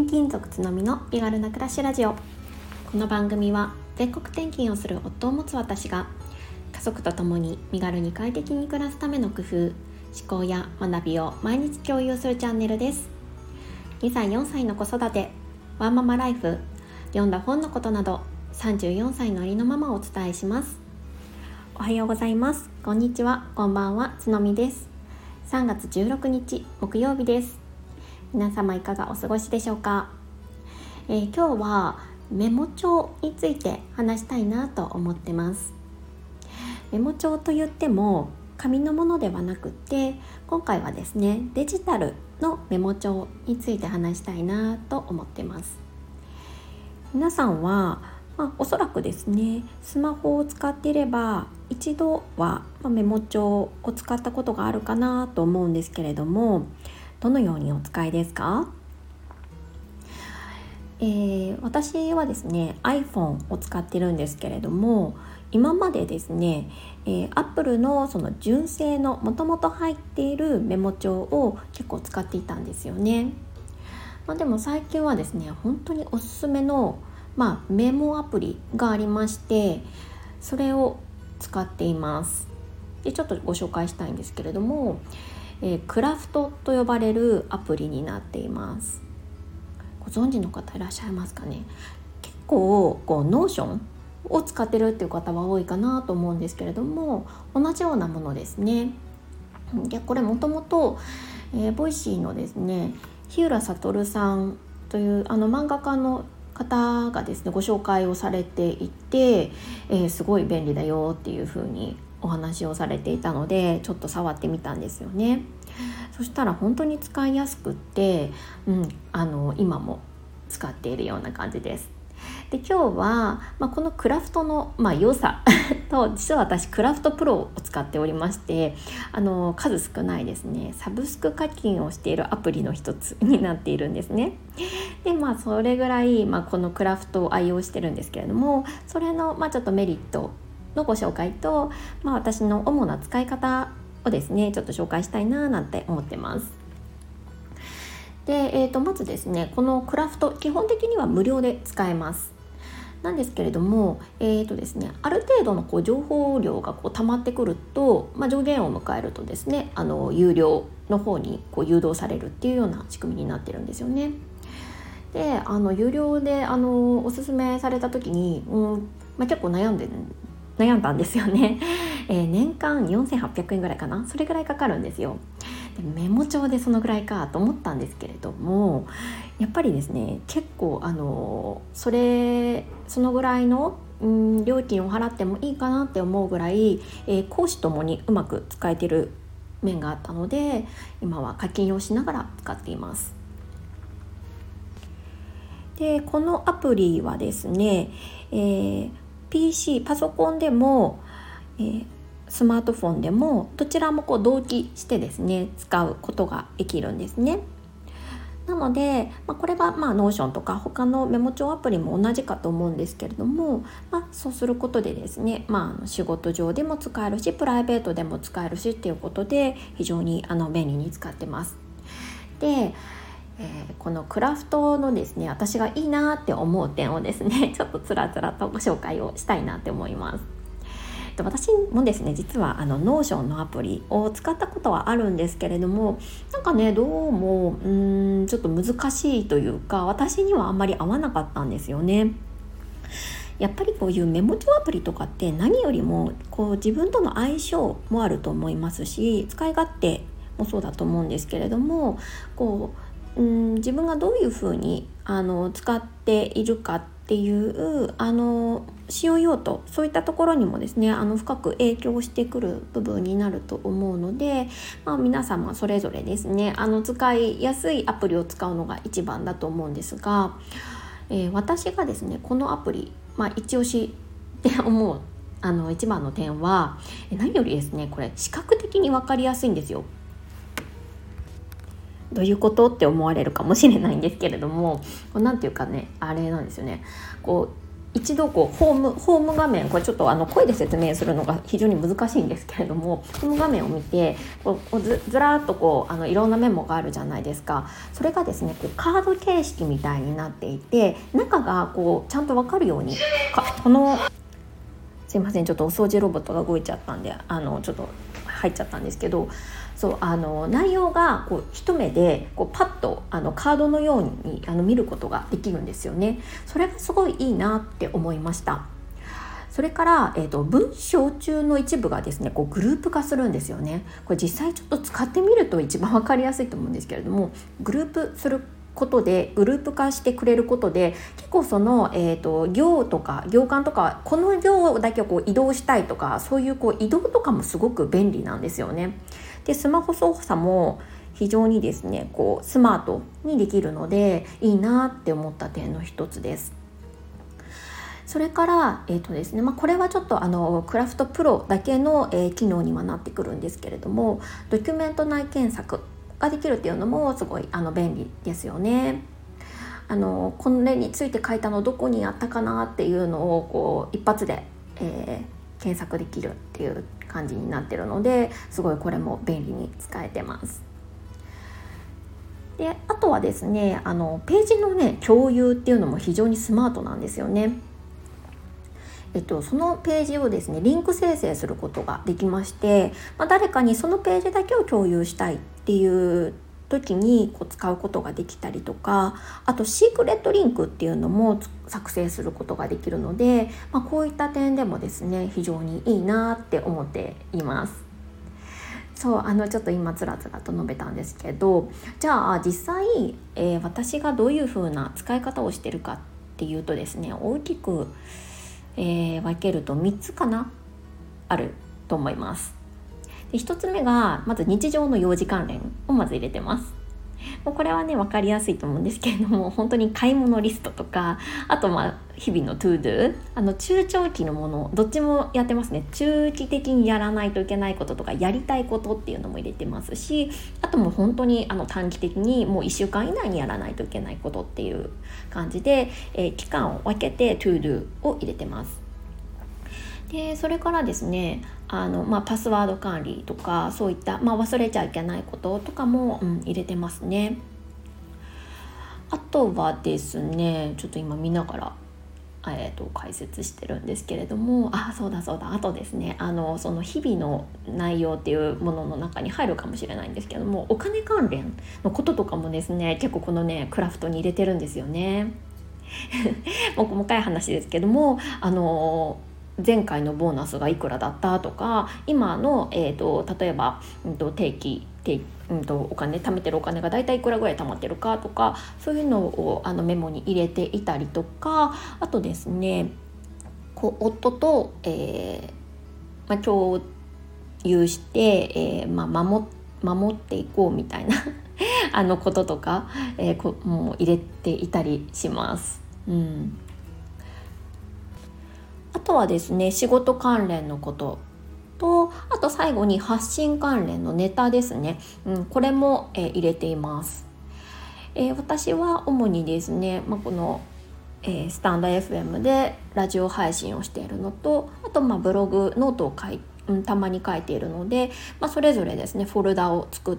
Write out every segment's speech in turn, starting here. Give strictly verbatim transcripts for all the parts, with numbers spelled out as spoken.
勤族つのみの身軽な暮らしラジオ。この番組は全国転勤をする夫を持つ私が家族と共に身軽に快適に暮らすための工夫、思考や学びを毎日共有するチャンネルです。にさいよんさいの子育て、ワンママライフ、読んだ本のことなどさんじゅうよんさいのありのままをお伝えします。おはようございます、こんにちは、こんばんは、つのみです。さんがつじゅうろくにち木曜日です。皆様いかがお過ごしでしょうか。えー、今日はメモ帳について話したいなと思ってます。メモ帳といっても紙のものではなくて、今回はですねデジタルのメモ帳について話したいなと思ってます。皆さんは、まあ、おそらくですねスマホを使っていれば一度は、まあ、メモ帳を使ったことがあるかなと思うんですけれども、どのようにお使いですか？えー、私はですね iPhone を使ってるんですけれども、今までですね、えー、Apple のその純正のもともと入っているメモ帳を結構使っていたんですよね。まあ、でも最近はですね本当におすすめの、まあ、メモアプリがありまして、それを使っています。でちょっとご紹介したいんですけれども、えー、クラフトと呼ばれるアプリになっています。ご存知の方いらっしゃいますかね。結構こうノーションを使ってるっていう方は多いかなと思うんですけれども、同じようなものですね。でこれもともとボイシーのですね日浦悟さんというあの漫画家の方がですねご紹介をされていて、えー、すごい便利だよっていう風にお話をされていたので、ちょっと触ってみたんですよね。そしたら本当に使いやすくって、うん、あの今も使っているような感じです。で今日は、まあ、このクラフトの、まあ、良さと、実は私クラフトプロを使っておりまして、あの数少ないですねサブスク課金をしているアプリの一つになっているんですね。でまあそれぐらい、まあ、このクラフトを愛用してるんですけれども、それの、まあ、ちょっとメリットのご紹介と、まあ、私の主な使い方をですねちょっと紹介したいななんて思ってます。で、えー、とまずですねこのクラフト基本的には無料で使えます。なんですけれども、えーとですね、ある程度のこう情報量がこう溜まってくると、まあ、上限を迎えるとですねあの有料の方にこう誘導されるっていうような仕組みになってるんですよね。であの有料であのおすすめされた時に、うんまあ、結構悩んで悩んだんですよね、えー、年間よんせんはっぴゃくえんぐらいかな、それぐらいかかるんですよ。でメモ帳でそのぐらいかと思ったんですけれども、やっぱりですね結構あのそれそのぐらいの、うん、料金を払ってもいいかなって思うぐらい、えー、公私ともにうまく使えてる面があったので、今は課金をしながら使っています。でこのアプリはですね、えー、ピーシー パソコンでも、えー、スマートフォンでもどちらもこう同期してですね使うことができるんですね。なので、まあ、これはまあ Notion とか他のメモ帳アプリも同じかと思うんですけれども、まあ、そうすることでですね、まあ、仕事上でも使えるしプライベートでも使えるしっていうことで非常にあの便利に使ってます。でえー、このクラフトのですね私がいいなって思う点をですねちょっとつらつらとご紹介をしたいなって思います。私もですね実はあの Notion のアプリを使ったことはあるんですけれども、なんかねどうもうーんちょっと難しいというか、私にはあんまり合わなかったんですよね。やっぱりこういうメモ帳アプリとかって何よりもこう自分との相性もあると思いますし、使い勝手もそうだと思うんですけれども、こううん自分がどういうふうにあの使っているかっていうあの使用用途、そういったところにもですねあの深く影響してくる部分になると思うので、まあ、皆様それぞれですねあの使いやすいアプリを使うのが一番だと思うんですが、えー、私がですねこのアプリ、まあ、一押しって思うあの一番の点は何よりですねこれ視覚的に分かりやすいんですよ。どういうことって思われるかもしれないんですけれども、こうなんていうかねあれなんですよね、こう一度こうホームホーム画面、これちょっとあの声で説明するのが非常に難しいんですけれども、ホーム画面を見てこうずずらーっとこうあのいろんなメモがあるじゃないですか。それがですねこうカード形式みたいになっていて、中がこうちゃんと分かるようにかこのすいませんちょっとお掃除ロボットが動いちゃったんであのちょっと入っちゃったんですけど、そうあの内容がこう一目でこうパッとあのカードのようにあの見ることができるんですよね。それがすごいいいなって思いました。それから、えーと、文章中の一部がですねこうグループ化するんですよね。これ実際ちょっと使ってみると一番わかりやすいと思うんですけれども、グループすることでグループ化してくれることで結構その、えーと、行とか行間とかこの行だけをこう移動したいとかそういうこう移動とかもすごく便利なんですよね。でスマホ操作も非常にですねこうスマートにできるのでいいなって思った点の一つです。それから、えーとですねまあ、これはちょっとあのクラフトプロだけの、えー、機能にはなってくるんですけれども、ドキュメント内検索ができるっていうのもすごいあの便利ですよね。あのこれについて書いたのどこにあったかなっていうのをこう一発で、えー、検索できるっていう感じになってるので、すごいこれも便利に使えてます。であとはですねあのページのね共有っていうのも非常にスマートなんですよね。えっと、そのページをですねリンク生成することができまして、まあ、誰かにそのページだけを共有したいっていう時にこう使うことができたりとか、あとシークレットリンクっていうのも作成することができるので、まあ、こういった点でもですね非常にいいなって思っています。そうあのちょっと今つらつらと述べたんですけど、じゃあ実際、えー、私がどういう風な使い方をしてるかっていうとですね大きくえー、分けるとみっつかなあると思います。でひとつめがまず日常の用事関連をまず入れてます。もうこれはね分かりやすいと思うんですけれども、本当に買い物リストとか、あとまあ日々のトゥードゥ、あの中長期のものどっちもやってますね。中期的にやらないといけないこととかやりたいことっていうのも入れてますし、あともう本当にあの短期的にもういっしゅうかん以内にやらないといけないことっていう感じで、えー、期間を分けてトゥードゥを入れてます。でそれからですねあの、まあ、パスワード管理とかそういった、まあ、忘れちゃいけないこととかも、うん、入れてますね。あとはですねちょっと今見ながら、えー、と解説してるんですけれども、あそうだそうだあとですねあのその日々の内容っていうものの中に入るかもしれないんですけども、お金関連のこととかもですね結構このねクラフトに入れてるんですよね。もう細かい話ですけども、あの前回のボーナスがいくらだったとか、今の、えー、と例えば、うん、と定期定、うん、とお金貯めてるお金がだいたいいくらぐらい貯まってるかとか、そういうのをあのメモに入れていたりとか、あとですねこう夫と、えーまあ、共有して、えーまあ、守, 守っていこうみたいなあのこととか、えー、こもう入れていたりします。うんあとはですね仕事関連のことと、あと最後に発信関連のネタですね、うん、これも、えー、入れています。えー、私は主にですね、まあ、この、えー、スタンド エフエム でラジオ配信をしているのと、あとまあブログノートを書いてうん、たまに書いているので、まあ、それぞれですねフォルダを作って、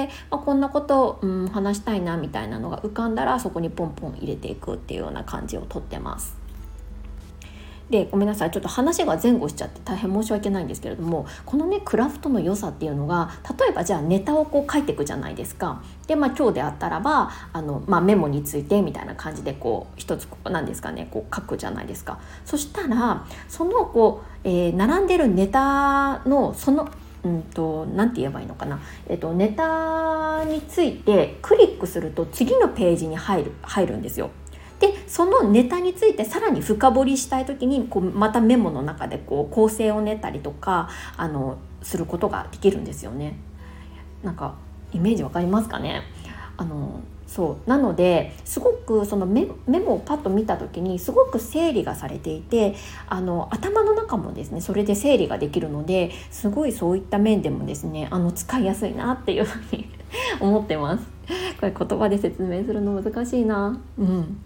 まあ、こんなことを、うん、話したいなみたいなのが浮かんだらそこにポンポン入れていくっていうような感じをとってます。でごめんなさいちょっと話が前後しちゃって大変申し訳ないんですけれども、このねクラフトの良さっていうのが、例えばじゃあネタをこう書いていくじゃないですか。でまあ今日であったらばあの、まあ、メモについてみたいな感じでこう一つ何ですかねこう書くじゃないですか。そしたらそのこう、えー、並んでるネタのそのうんとなんて言えばいいのかな、えっと、ネタについてクリックすると次のページに入る入るんですよ。でそのネタについてさらに深掘りしたい時にこうまたメモの中でこう構成を練ったりとかあのすることができるんですよね。なんかイメージわかりますかね。あのそうなのですごくその メ, メモをパッと見た時にすごく整理がされていて、あの頭の中もですねそれで整理ができるので、すごいそういった面でもですねあの使いやすいなっていうふうに思ってます。これ言葉で説明するの難しいな。うん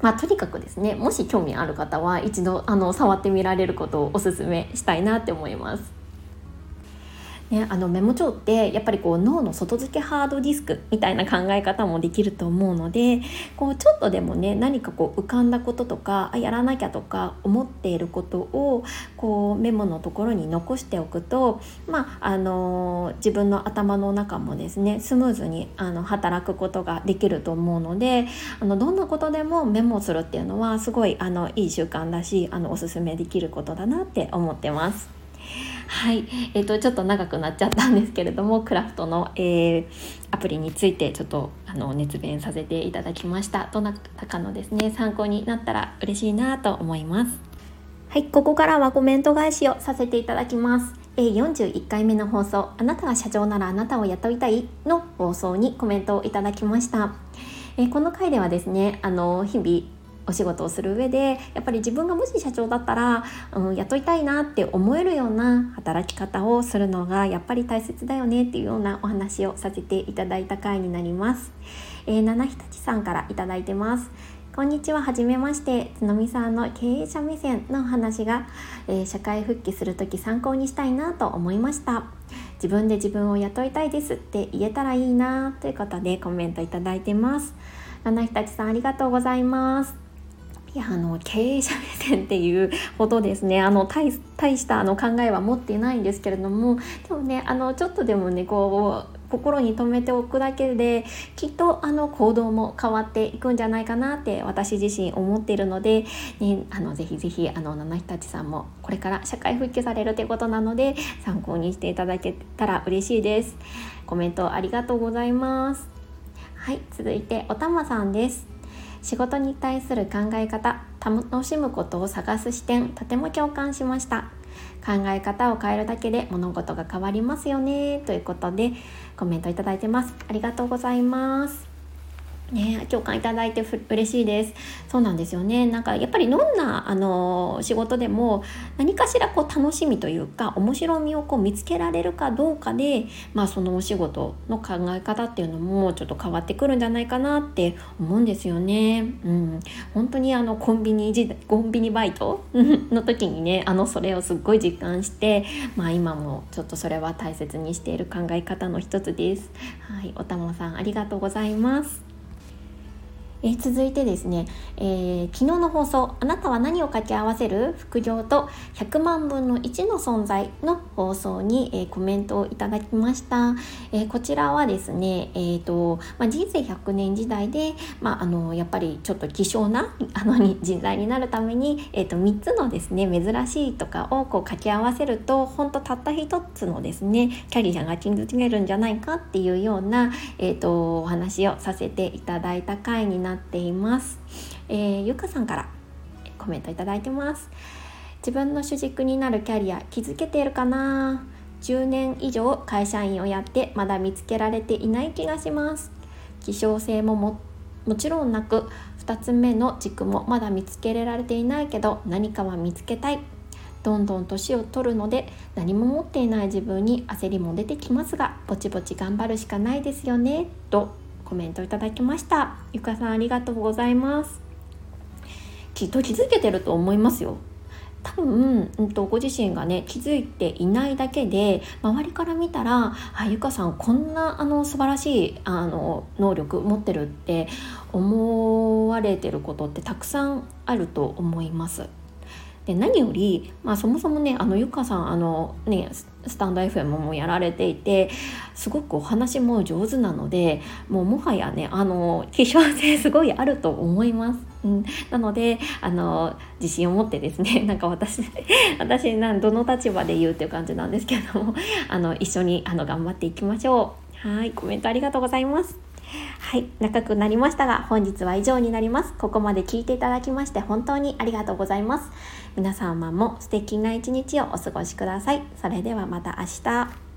まあ、とにかくですね、もし興味ある方は一度あの触ってみられることをおすすめしたいなって思いますね。あのメモ帳ってやっぱりこう脳の外付けハードディスクみたいな考え方もできると思うので、こうちょっとでもね何かこう浮かんだこととかあやらなきゃとか思っていることをこうメモのところに残しておくと、まああの自分の頭の中もですねスムーズにあの働くことができると思うので、あのどんなことでもメモするっていうのはすごいあのいい習慣だし、あのおすすめできることだなって思ってます。はい、えーと、ちょっと長くなっちゃったんですけれども、クラフトの、えー、アプリについてちょっとあの熱弁させていただきました。どなたかのですね参考になったら嬉しいなと思います。はい、ここからはコメント返しをさせていただきます。えー、よんじゅういっかいめの放送、あなたが社長ならあなたを雇いたいの放送にコメントをいただきました。えー、この回ではですね、あの日々お仕事をする上でやっぱり自分がもし社長だったら、うん、雇いたいなって思えるような働き方をするのがやっぱり大切だよねっていうようなお話をさせていただいた回になります。えー、七日立さんからいただいてます。こんにちは、はじめまして。つのみさんの経営者目線の話が、えー、社会復帰するとき参考にしたいなと思いました。自分で自分を雇いたいですって言えたらいいなということでコメントいただいてます。七日立さん、ありがとうございます。いや、あの経営者目線っていうほどですね、あの 大, 大したあの考えは持っていないんですけれども、でもね、あのちょっとでもねこう心に留めておくだけできっとあの行動も変わっていくんじゃないかなって私自身思っているので、ね、あのぜひぜひあの七日立さんもこれから社会復帰されるということなので参考にしていただけたら嬉しいです。コメントありがとうございます。はい、続いておたまさんです。仕事に対する考え方、楽しむことを探す視点、とても共感しました。考え方を変えるだけで物事が変わりますよね、ということでコメントいただいてます。ありがとうございます。ね、共感いただいて嬉しいです。そうなんですよね。なんかやっぱりどんなあの仕事でも何かしらこう楽しみというか面白みをこう見つけられるかどうかで、まあ、そのお仕事の考え方っていうのもちょっと変わってくるんじゃないかなって思うんですよね。うん、本当にあのコンビニ時代コンビニバイトの時にね、あのそれをすっごい実感して、まあ、今もちょっとそれは大切にしている考え方の一つです。はい、おたまさんありがとうございます。えー、続いてですね、えー、昨日の放送、あなたは何を掛け合わせる副業とひゃくまんぶんのいちの存在の放送に、えー、コメントをいただきました。えー、こちらはですね、えーとまあ、人生ひゃくねん時代で、まあ、あのやっぱりちょっと希少なあの人材になるために、えーとみっつのですね珍しいとかをこう掛け合わせると本当たった一つのですねキャリアが築けるんじゃないかっていうような、えーとお話をさせていただいた回になってなっています。えー、ゆかさんからコメントいただいてます。自分の主軸になるキャリア築けているかな。じゅうねん以上会社員をやってまだ見つけられていない気がします。希少性も も, もちろんなくふたつめの軸もまだ見つけられていないけど何かは見つけたい。どんどん年を取るので何も持っていない自分に焦りも出てきますが、ぼちぼち頑張るしかないですよねとコメントいただきました。ゆかさんありがとうございます。きっと気づけてると思いますよ。多分、うん、とご自身がね気づいていないだけで周りから見たらあゆかさんこんなあの素晴らしいあの能力持ってるって思われてることってたくさんあると思います。で何より、まあ、そもそもねあのゆかさんあの、ね、スタンド エフエム もやられていてすごくお話も上手なのでもうもはやねあの希少性すごいあると思います。うん、なのであの自信を持ってですねなんか私私なんどの立場で言うっていう感じなんですけどもあの一緒にあの頑張っていきましょう。はい、コメントありがとうございます。はい、長くなりましたが本日は以上になります。ここまで聞いていただきまして本当にありがとうございます。皆様も素敵な一日をお過ごしください。それではまた明日。